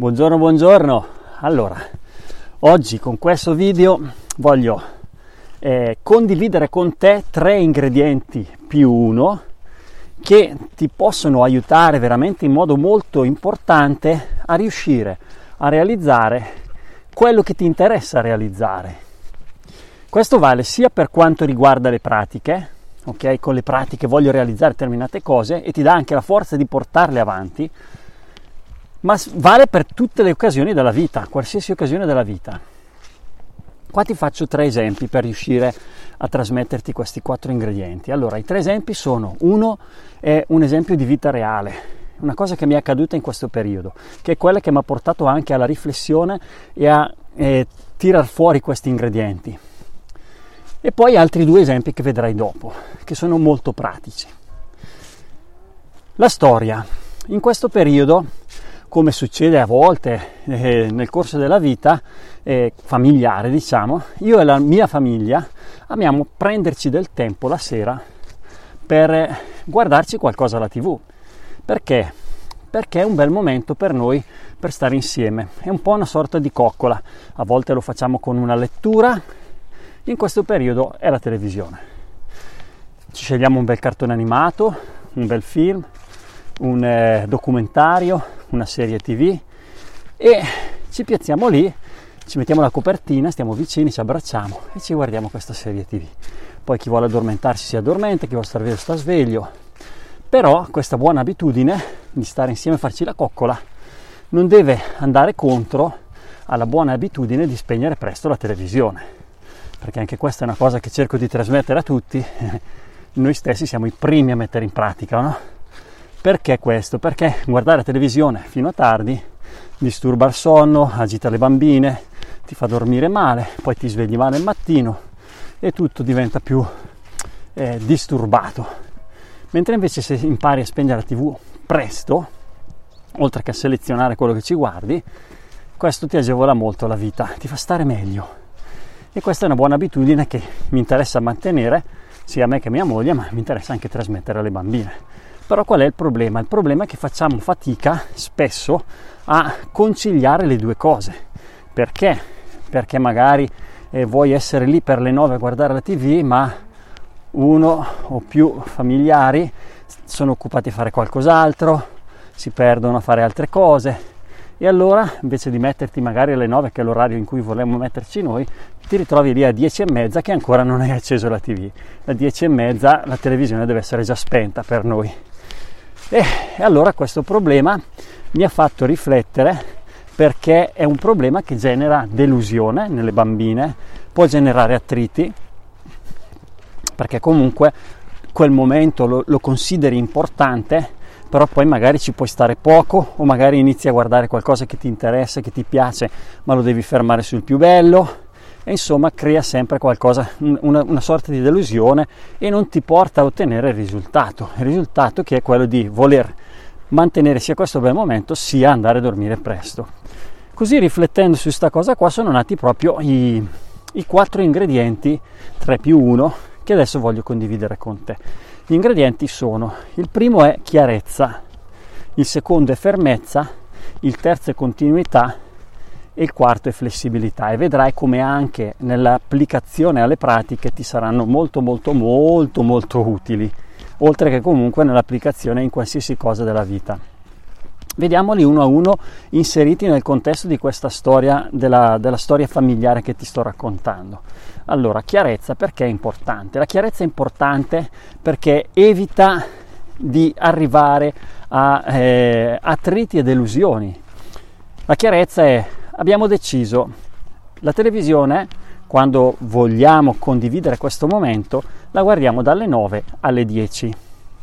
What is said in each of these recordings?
Buongiorno. Allora, oggi con questo video voglio condividere con te 3 ingredienti più 1 che ti possono aiutare veramente in modo molto importante a riuscire a realizzare quello che ti interessa realizzare. Questo vale sia per quanto riguarda le pratiche, ok? Con le pratiche voglio realizzare determinate cose e ti dà anche la forza di portarle avanti, ma vale per tutte le occasioni della vita, qualsiasi occasione della vita. Qua ti faccio 3 esempi per riuscire a trasmetterti questi 4 ingredienti. Allora, i 3 esempi sono: uno è un esempio di vita reale, una cosa che mi è accaduta in questo periodo, che è quella che mi ha portato anche alla riflessione e a tirar fuori questi ingredienti. E poi altri 2 esempi che vedrai dopo, che sono molto pratici. La storia. In questo periodo, come succede a volte nel corso della vita familiare, diciamo, io e la mia famiglia amiamo prenderci del tempo la sera per guardarci qualcosa alla TV. Perché? Perché è un bel momento per noi per stare insieme, è un po' una sorta di coccola. A volte lo facciamo con una lettura, in questo periodo è la televisione. Ci scegliamo un bel cartone animato, un bel film, un documentario, una serie TV e ci piazziamo lì, ci mettiamo la copertina, stiamo vicini, ci abbracciamo e ci guardiamo questa serie TV. Poi chi vuole addormentarsi si addormenta, chi vuole stare sveglio sta sveglio. Però questa buona abitudine di stare insieme e farci la coccola non deve andare contro alla buona abitudine di spegnere presto la televisione, perché anche questa è una cosa che cerco di trasmettere a tutti. Noi stessi siamo i primi a mettere in pratica, no? Perché questo? Perché guardare la televisione fino a tardi disturba il sonno, agita le bambine, ti fa dormire male, poi ti svegli male al mattino e tutto diventa più disturbato. Mentre invece se impari a spegnere la TV presto, oltre che a selezionare quello che ci guardi, questo ti agevola molto la vita, ti fa stare meglio. E questa è una buona abitudine che mi interessa mantenere, sia a me che a mia moglie, ma mi interessa anche trasmettere alle bambine. Però qual è il problema? Il problema è che facciamo fatica spesso a conciliare le 2 cose. Perché? Perché magari vuoi essere lì per le 9 a guardare la TV, ma uno o più familiari sono occupati a fare qualcos'altro, si perdono a fare altre cose e allora invece di metterti magari alle 9, che è l'orario in cui volevamo metterci noi, ti ritrovi lì a 10:30 che ancora non hai acceso la TV. A 10:30 la televisione deve essere già spenta per noi. E allora questo problema mi ha fatto riflettere, perché è un problema che genera delusione nelle bambine, può generare attriti, perché comunque quel momento lo consideri importante, però poi magari ci puoi stare poco o magari inizi a guardare qualcosa che ti interessa, che ti piace, ma lo devi fermare sul più bello. E insomma crea sempre qualcosa, una sorta di delusione e non ti porta a ottenere il risultato che è quello di voler mantenere sia questo bel momento sia andare a dormire presto. Così, riflettendo su questa cosa qua, sono nati proprio i 4 ingredienti 3 più 1 che adesso voglio condividere con te. Gli ingredienti sono: il primo è chiarezza, il secondo è fermezza, il terzo è continuità e il quarto è flessibilità. E vedrai come anche nell'applicazione alle pratiche ti saranno molto utili, oltre che comunque nell'applicazione in qualsiasi cosa della vita. Vediamoli uno a uno, inseriti nel contesto di questa storia, della storia familiare che ti sto raccontando. Allora, chiarezza, perché è importante? La chiarezza è importante perché evita di arrivare a attriti e delusioni. La chiarezza è: abbiamo deciso, la televisione, quando vogliamo condividere questo momento, la guardiamo dalle 9 alle 10.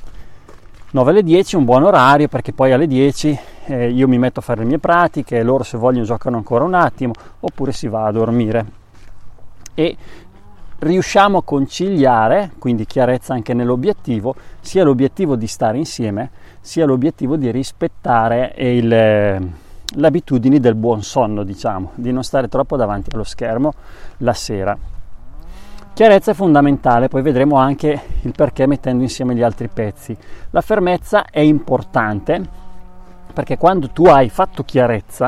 9 alle 10 è un buon orario, perché poi alle 10 io mi metto a fare le mie pratiche, loro se vogliono giocano ancora un attimo, oppure si va a dormire. E riusciamo a conciliare, quindi chiarezza anche nell'obiettivo, sia l'obiettivo di stare insieme, sia l'obiettivo di rispettare le abitudini del buon sonno, diciamo, di non stare troppo davanti allo schermo la sera. Chiarezza è fondamentale, poi vedremo anche il perché mettendo insieme gli altri pezzi. La fermezza è importante perché quando tu hai fatto chiarezza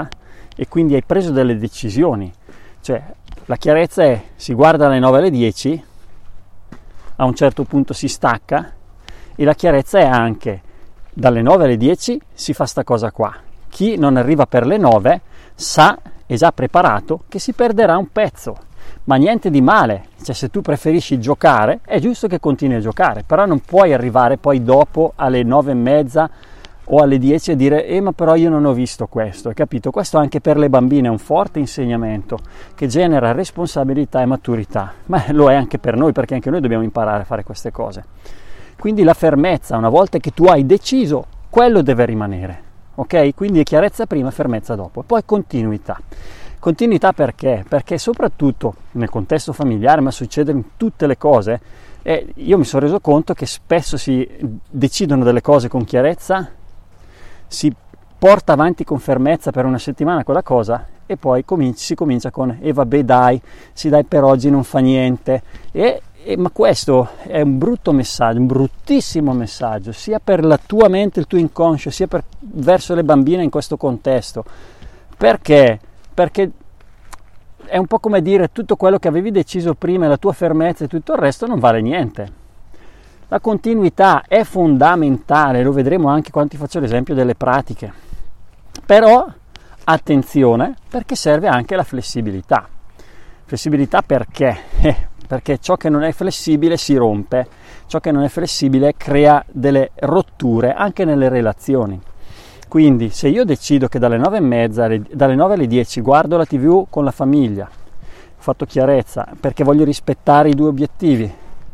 e quindi hai preso delle decisioni. Cioè, la chiarezza è: si guarda alle 9 alle 10, a un certo punto si stacca, e la chiarezza è anche dalle 9 alle 10 si fa sta cosa qua. Chi non arriva per le 9 sa, è già preparato, che si perderà un pezzo, ma niente di male. Cioè, se tu preferisci giocare, è giusto che continui a giocare, però non puoi arrivare poi dopo alle 9:30 o alle 10 e dire ma però io non ho visto questo, hai capito? Questo anche per le bambine è un forte insegnamento che genera responsabilità e maturità, ma lo è anche per noi, perché anche noi dobbiamo imparare a fare queste cose. Quindi la fermezza, una volta che tu hai deciso, quello deve rimanere, ok? Quindi chiarezza prima, fermezza dopo, e poi continuità. Continuità perché? Perché soprattutto nel contesto familiare, ma succede in tutte le cose, io mi sono reso conto che spesso si decidono delle cose con chiarezza, si porta avanti con fermezza per una settimana quella cosa, e poi si comincia con vabbè dai, sì dai, per oggi non fa niente, ma questo è un brutto messaggio, un bruttissimo messaggio, sia per la tua mente, il tuo inconscio, sia verso le bambine in questo contesto. Perché? Perché è un po' come dire: tutto quello che avevi deciso prima, la tua fermezza e tutto il resto non vale niente. La continuità è fondamentale, lo vedremo anche quando ti faccio l'esempio delle pratiche. Però attenzione, perché serve anche la flessibilità. Flessibilità perché? Perché ciò che non è flessibile si rompe, ciò che non è flessibile crea delle rotture anche nelle relazioni. Quindi se io decido che dalle 9:30, dalle 9 alle 10 guardo la TV con la famiglia, ho fatto chiarezza perché voglio rispettare i due obiettivi,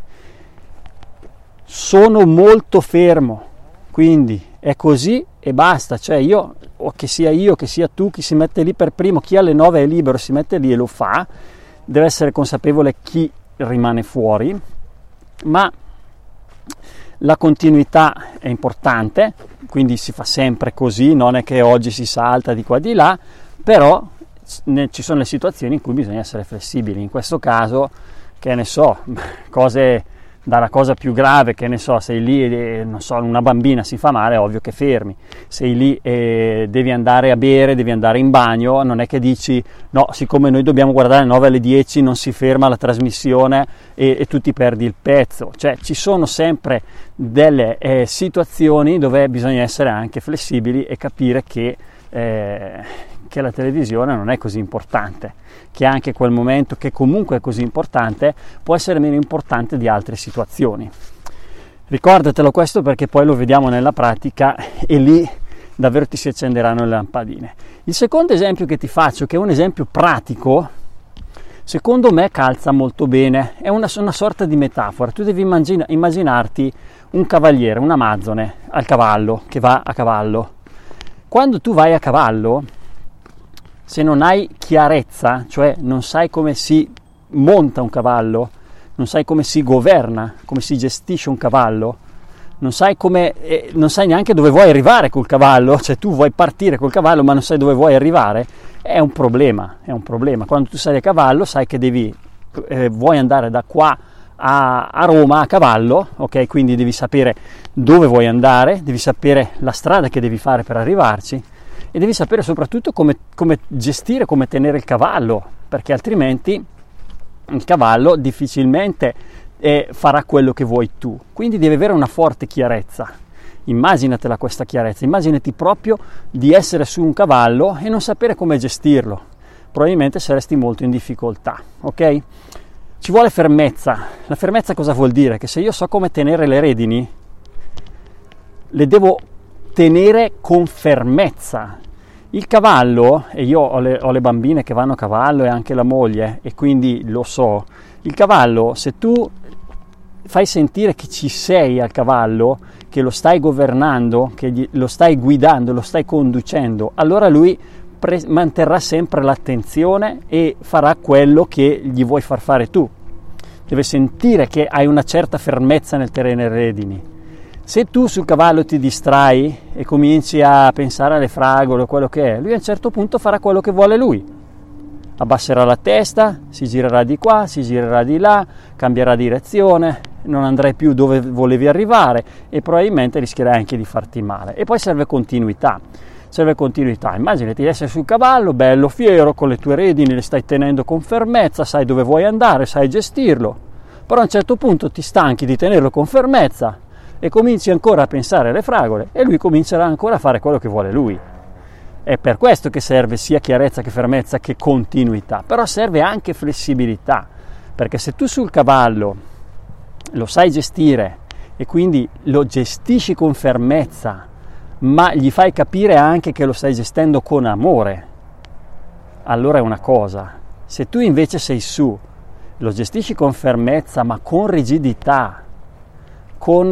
sono molto fermo, quindi è così e basta. Cioè io, o che sia tu, chi si mette lì per primo, chi alle 9 è libero si mette lì e lo fa, deve essere consapevole chi rimane fuori, ma la continuità è importante, quindi si fa sempre così, non è che oggi si salta di qua di là, però ci sono le situazioni in cui bisogna essere flessibili. In questo caso, che ne so, cose dalla cosa più grave, che ne so, sei lì e non so, una bambina si fa male, è ovvio che fermi. Sei lì e devi andare a bere, devi andare in bagno, non è che dici no, siccome noi dobbiamo guardare alle 9 alle 10 non si ferma la trasmissione e tu ti perdi il pezzo. Cioè ci sono sempre delle situazioni dove bisogna essere anche flessibili e capire che la televisione non è così importante, che anche quel momento che comunque è così importante può essere meno importante di altre situazioni. Ricordatelo questo, perché poi lo vediamo nella pratica e lì davvero ti si accenderanno le lampadine. Il secondo esempio che ti faccio, che è un esempio pratico, secondo me calza molto bene, è una sorta di metafora. Tu devi immaginarti un cavaliere, un amazzone al cavallo, che va a cavallo. Quando tu vai a cavallo, se non hai chiarezza, cioè non sai come si monta un cavallo, non sai come si governa, come si gestisce un cavallo, non sai neanche dove vuoi arrivare col cavallo, cioè tu vuoi partire col cavallo ma non sai dove vuoi arrivare, è un problema. Quando tu sali a cavallo sai che vuoi andare da qua a Roma a cavallo, ok? Quindi devi sapere dove vuoi andare, devi sapere la strada che devi fare per arrivarci, e devi sapere soprattutto come gestire, come tenere il cavallo, perché altrimenti il cavallo difficilmente farà quello che vuoi tu. Quindi devi avere una forte chiarezza. Immaginatela questa chiarezza, immaginati proprio di essere su un cavallo e non sapere come gestirlo. Probabilmente saresti molto in difficoltà, ok? Ci vuole fermezza. La fermezza cosa vuol dire? Che se io so come tenere le redini, le devo tenere con fermezza. Il cavallo, e io ho le bambine che vanno a cavallo e anche la moglie, e quindi lo so, il cavallo, se tu fai sentire che ci sei al cavallo, che lo stai governando, che lo stai guidando, lo stai conducendo, allora lui manterrà sempre l'attenzione e farà quello che gli vuoi far fare tu. Deve sentire che hai una certa fermezza nel tenere le redini. Se tu sul cavallo ti distrai e cominci a pensare alle fragole o quello che è, lui a un certo punto farà quello che vuole lui. Abbasserà la testa, si girerà di qua, si girerà di là, cambierà direzione, non andrai più dove volevi arrivare e probabilmente rischierai anche di farti male. E poi serve continuità. serve continuità. Immaginati di essere sul cavallo, bello fiero, con le tue redini le stai tenendo con fermezza, sai dove vuoi andare, sai gestirlo, però a un certo punto ti stanchi di tenerlo con fermezza e cominci ancora a pensare alle fragole e lui comincerà ancora a fare quello che vuole lui. È per questo che serve sia chiarezza che fermezza che continuità, però serve anche flessibilità, perché se tu sul cavallo lo sai gestire e quindi lo gestisci con fermezza, ma gli fai capire anche che lo stai gestendo con amore, allora è una cosa. Se tu invece sei su, lo gestisci con fermezza ma con rigidità, con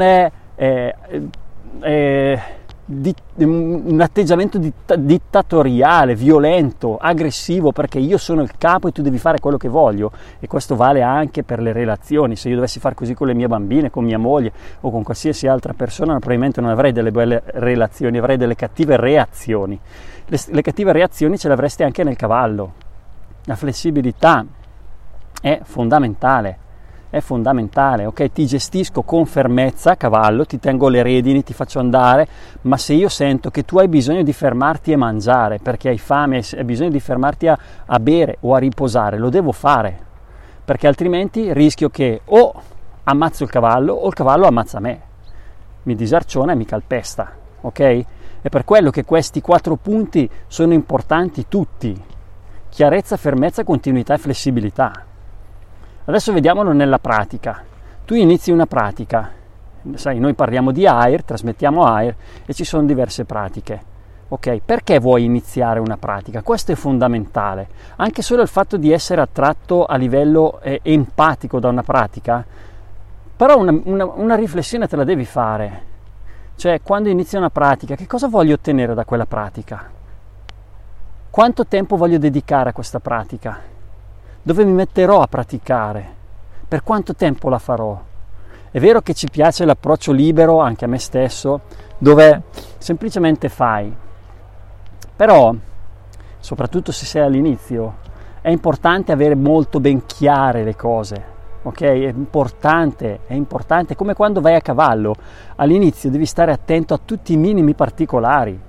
un atteggiamento dittatoriale, violento, aggressivo, perché io sono il capo e tu devi fare quello che voglio, e questo vale anche per le relazioni. Se io dovessi fare così con le mie bambine, con mia moglie o con qualsiasi altra persona, probabilmente non avrei delle belle relazioni, avrei delle cattive reazioni. Le cattive reazioni ce le avresti anche nel cavallo. La flessibilità è fondamentale, ok? Ti gestisco con fermezza, cavallo, ti tengo le redini, ti faccio andare, ma se io sento che tu hai bisogno di fermarti e mangiare, perché hai fame, hai bisogno di fermarti a bere o a riposare, lo devo fare, perché altrimenti rischio che o ammazzo il cavallo o il cavallo ammazza me, mi disarciona e mi calpesta, ok? È per quello che questi 4 punti sono importanti tutti: chiarezza, fermezza, continuità e flessibilità. Adesso vediamolo nella pratica. Tu inizi una pratica, sai, noi parliamo di AIR, trasmettiamo AIR e ci sono diverse pratiche. Ok, perché vuoi iniziare una pratica? Questo è fondamentale. Anche solo il fatto di essere attratto a livello empatico da una pratica, però una riflessione te la devi fare. Cioè, quando inizi una pratica, che cosa voglio ottenere da quella pratica? Quanto tempo voglio dedicare a questa pratica? Dove mi metterò a praticare? Per quanto tempo la farò? È vero che ci piace l'approccio libero, anche a me stesso, dove semplicemente fai. Però, soprattutto se sei all'inizio, è importante avere molto ben chiare le cose, ok? È importante, come quando vai a cavallo. All'inizio devi stare attento a tutti i minimi particolari.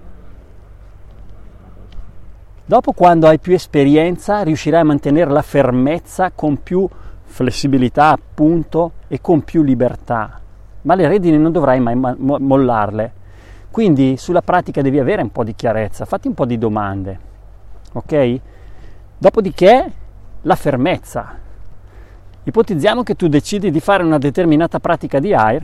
Dopo, quando hai più esperienza, riuscirai a mantenere la fermezza con più flessibilità, appunto, e con più libertà. Ma le redini non dovrai mai mollarle. Quindi sulla pratica devi avere un po' di chiarezza, fatti un po' di domande, ok? Dopodiché la fermezza. Ipotizziamo che tu decidi di fare una determinata pratica di AIR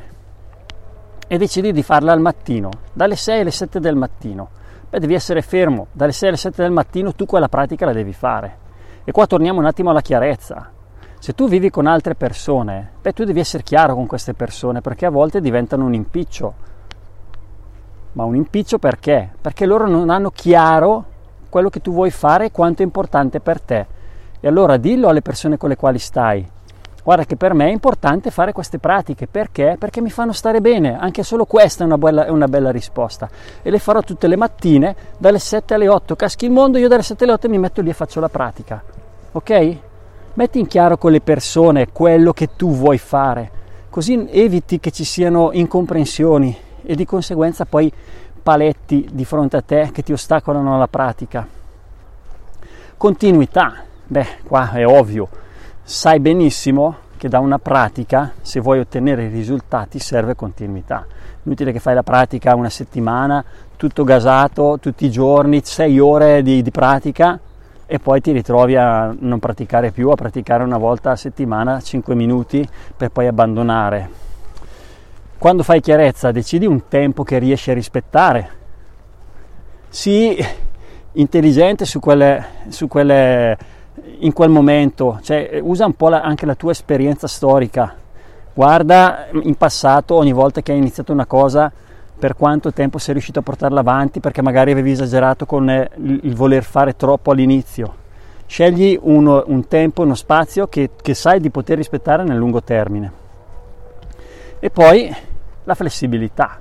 e decidi di farla al mattino, dalle 6 alle 7 del mattino. Devi essere fermo, dalle 6 alle 7 del mattino tu quella pratica la devi fare. E qua torniamo un attimo alla chiarezza. Se tu vivi con altre persone, tu devi essere chiaro con queste persone, perché a volte diventano un impiccio. Ma un impiccio perché? Perché loro non hanno chiaro quello che tu vuoi fare e quanto è importante per te. E allora dillo alle persone con le quali stai: guarda che per me è importante fare queste pratiche. Perché? Perché mi fanno stare bene. Anche solo questa è una bella risposta. E le farò tutte le mattine, dalle 7 alle 8. Caschi il mondo, io dalle 7 alle 8 mi metto lì e faccio la pratica. Ok? Metti in chiaro con le persone quello che tu vuoi fare. Così eviti che ci siano incomprensioni e di conseguenza poi paletti di fronte a te che ti ostacolano la pratica. Continuità. Qua è ovvio. Sai benissimo che da una pratica, se vuoi ottenere i risultati, serve continuità. Inutile che fai la pratica una settimana, tutto gasato, tutti i giorni, 6 ore di pratica, e poi ti ritrovi a non praticare più, a praticare una volta a settimana, 5 minuti, per poi abbandonare. Quando fai chiarezza, decidi un tempo che riesci a rispettare. Sii intelligente su quelle in quel momento, cioè usa un po' anche la tua esperienza storica. Guarda in passato, ogni volta che hai iniziato una cosa, per quanto tempo sei riuscito a portarla avanti, perché magari avevi esagerato con il voler fare troppo all'inizio. Scegli un tempo, uno spazio che sai di poter rispettare nel lungo termine. E poi la flessibilità.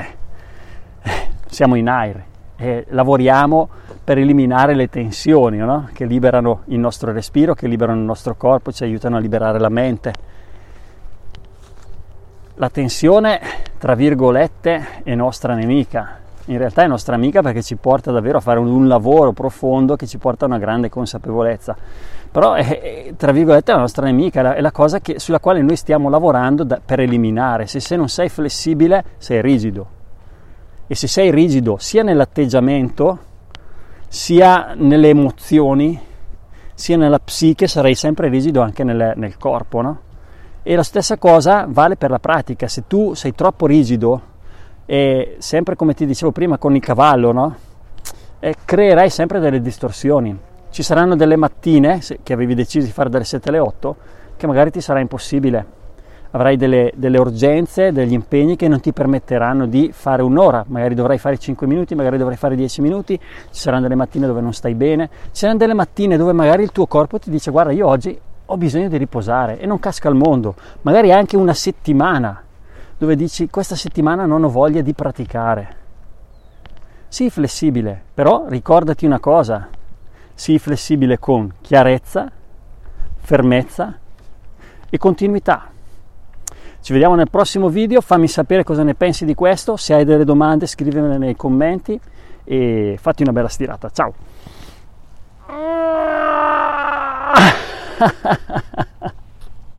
Siamo in AIR e lavoriamo per eliminare le tensioni, no? Che liberano il nostro respiro, che liberano il nostro corpo, ci aiutano a liberare la mente. La tensione, tra virgolette, è nostra nemica, in realtà è nostra amica perché ci porta davvero a fare un lavoro profondo che ci porta a una grande consapevolezza, però è tra virgolette la nostra nemica, è la cosa sulla quale noi stiamo lavorando per eliminare. Se non sei flessibile sei rigido, e se sei rigido sia nell'atteggiamento, sia nelle emozioni, sia nella psiche, sarai sempre rigido anche nel corpo, no? E la stessa cosa vale per la pratica. Se tu sei troppo rigido, e sempre come ti dicevo prima con il cavallo, no? Creerai sempre delle distorsioni. Ci saranno delle mattine che avevi deciso di fare dalle 7 alle 8 che magari ti sarà impossibile, avrai delle urgenze, degli impegni che non ti permetteranno di fare un'ora, magari dovrai fare 5 minuti, magari dovrai fare 10 minuti, ci saranno delle mattine dove non stai bene, ci saranno delle mattine dove magari il tuo corpo ti dice guarda, io oggi ho bisogno di riposare, e non casca al mondo, magari anche una settimana dove dici questa settimana non ho voglia di praticare. Sii flessibile, però ricordati una cosa: sii flessibile con chiarezza, fermezza e continuità. Ci vediamo nel prossimo video, fammi sapere cosa ne pensi di questo, se hai delle domande scrivimele nei commenti e fatti una bella stirata. Ciao!